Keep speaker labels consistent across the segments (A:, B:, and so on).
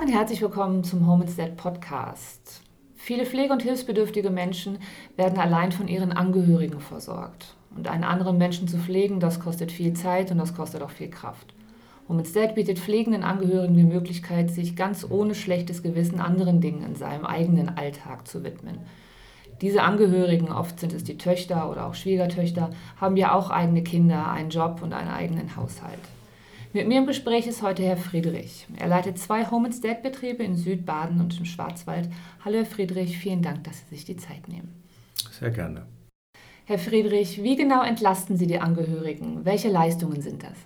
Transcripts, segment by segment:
A: und herzlich willkommen zum Home Instead Podcast. Viele pflege- und hilfsbedürftige Menschen werden allein von ihren Angehörigen versorgt. Und einen anderen Menschen zu pflegen, das kostet viel Zeit und das kostet auch viel Kraft. Home Instead bietet pflegenden Angehörigen die Möglichkeit, sich ganz ohne schlechtes Gewissen anderen Dingen in seinem eigenen Alltag zu widmen. Diese Angehörigen, oft sind es die Töchter oder auch Schwiegertöchter, haben ja auch eigene Kinder, einen Job und einen eigenen Haushalt. Mit mir im Gespräch ist heute Herr Friedrich. Er leitet 2 Home Instead Betriebe in Südbaden und im Schwarzwald. Hallo Herr Friedrich, vielen Dank, dass Sie sich die Zeit nehmen.
B: Sehr gerne.
A: Herr Friedrich, wie genau entlasten Sie die Angehörigen? Welche Leistungen sind das?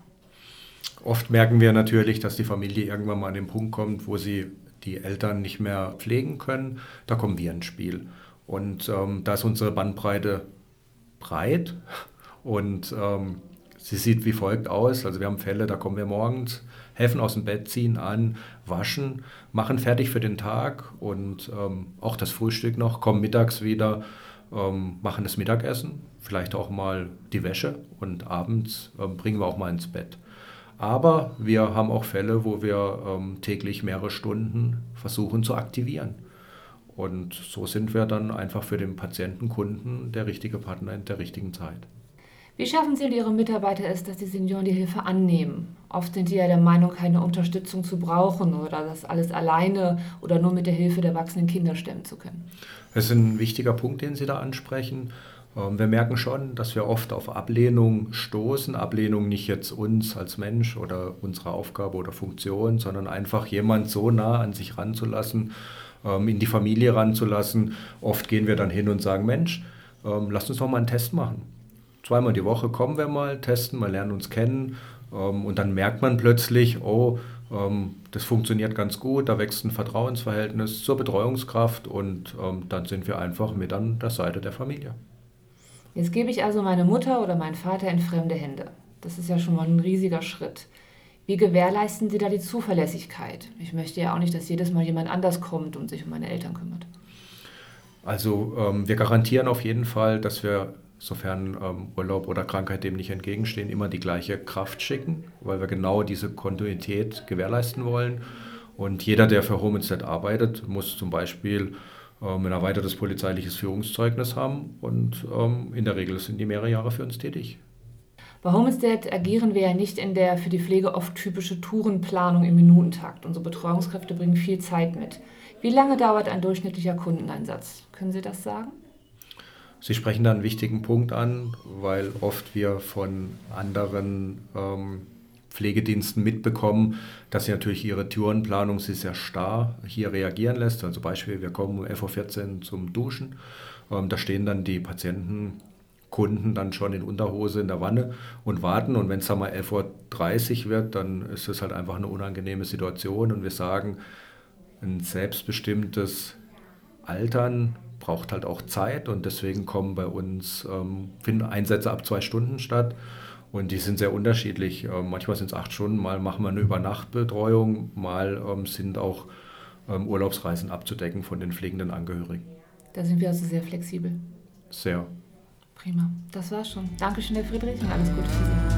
B: Oft merken wir natürlich, dass die Familie irgendwann mal an den Punkt kommt, wo sie die Eltern nicht mehr pflegen können. Da kommen wir ins Spiel. Und da ist unsere Bandbreite breit und sie sieht wie folgt aus. Also wir haben Fälle, da kommen wir morgens, helfen aus dem Bett, ziehen an, waschen, machen fertig für den Tag und auch das Frühstück noch, kommen mittags wieder, machen das Mittagessen, vielleicht auch mal die Wäsche und abends bringen wir auch mal ins Bett. Aber wir haben auch Fälle, wo wir täglich mehrere Stunden versuchen zu aktivieren. Und so sind wir dann einfach für den Patientenkunden der richtige Partner in der richtigen Zeit.
A: Wie schaffen Sie und Ihre Mitarbeiter es, dass die Senioren die Hilfe annehmen? Oft sind die ja der Meinung, keine Unterstützung zu brauchen oder das alles alleine oder nur mit der Hilfe der wachsenden Kinder stemmen zu können.
B: Das ist ein wichtiger Punkt, den Sie da ansprechen. Wir merken schon, dass wir oft auf Ablehnung stoßen. Ablehnung nicht jetzt uns als Mensch oder unsere Aufgabe oder Funktion, sondern einfach jemand so nah an sich ranzulassen, in die Familie ranzulassen. Oft gehen wir dann hin und sagen, Mensch, lass uns doch mal einen Test machen. 2-mal die Woche kommen wir mal, testen, mal lernen uns kennen und dann merkt man plötzlich, oh, das funktioniert ganz gut, da wächst ein Vertrauensverhältnis zur Betreuungskraft und dann sind wir einfach mit an der Seite der Familie.
A: Jetzt gebe ich also meine Mutter oder meinen Vater in fremde Hände. Das ist ja schon mal ein riesiger Schritt. Wie gewährleisten Sie da die Zuverlässigkeit? Ich möchte ja auch nicht, dass jedes Mal jemand anders kommt und sich um meine Eltern kümmert.
B: Also wir garantieren auf jeden Fall, dass wir, sofern Urlaub oder Krankheit dem nicht entgegenstehen, immer die gleiche Kraft schicken, weil wir genau diese Kontinuität gewährleisten wollen. Und jeder, der für Home Instead arbeitet, muss zum Beispiel ein erweitertes polizeiliches Führungszeugnis haben und in der Regel sind die mehrere Jahre für uns tätig.
A: Bei Home Instead agieren wir ja nicht in der für die Pflege oft typische Tourenplanung im Minutentakt. Unsere Betreuungskräfte bringen viel Zeit mit. Wie lange dauert ein durchschnittlicher Kundeneinsatz? Können Sie das sagen?
B: Sie sprechen da einen wichtigen Punkt an, weil oft wir von anderen Pflegediensten mitbekommen, dass sie natürlich ihre Tourenplanung sie sehr starr hier reagieren lässt. Also Beispiel, wir kommen um 11:14 Uhr zum Duschen. Da stehen dann die Patientenkunden dann schon in Unterhose in der Wanne und warten. Und wenn es dann mal 11:30 Uhr wird, dann ist es halt einfach eine unangenehme Situation. Und wir sagen, ein selbstbestimmtes Altern braucht halt auch Zeit und deswegen kommen bei uns finden Einsätze ab 2 Stunden statt und die sind sehr unterschiedlich. Manchmal sind es 8 Stunden, mal machen wir eine Übernachtbetreuung, mal sind auch Urlaubsreisen abzudecken von den pflegenden Angehörigen.
A: Da sind wir also sehr flexibel.
B: Sehr.
A: Prima. Das war's schon. Dankeschön, Herr Friedrich, und alles Gute für Sie.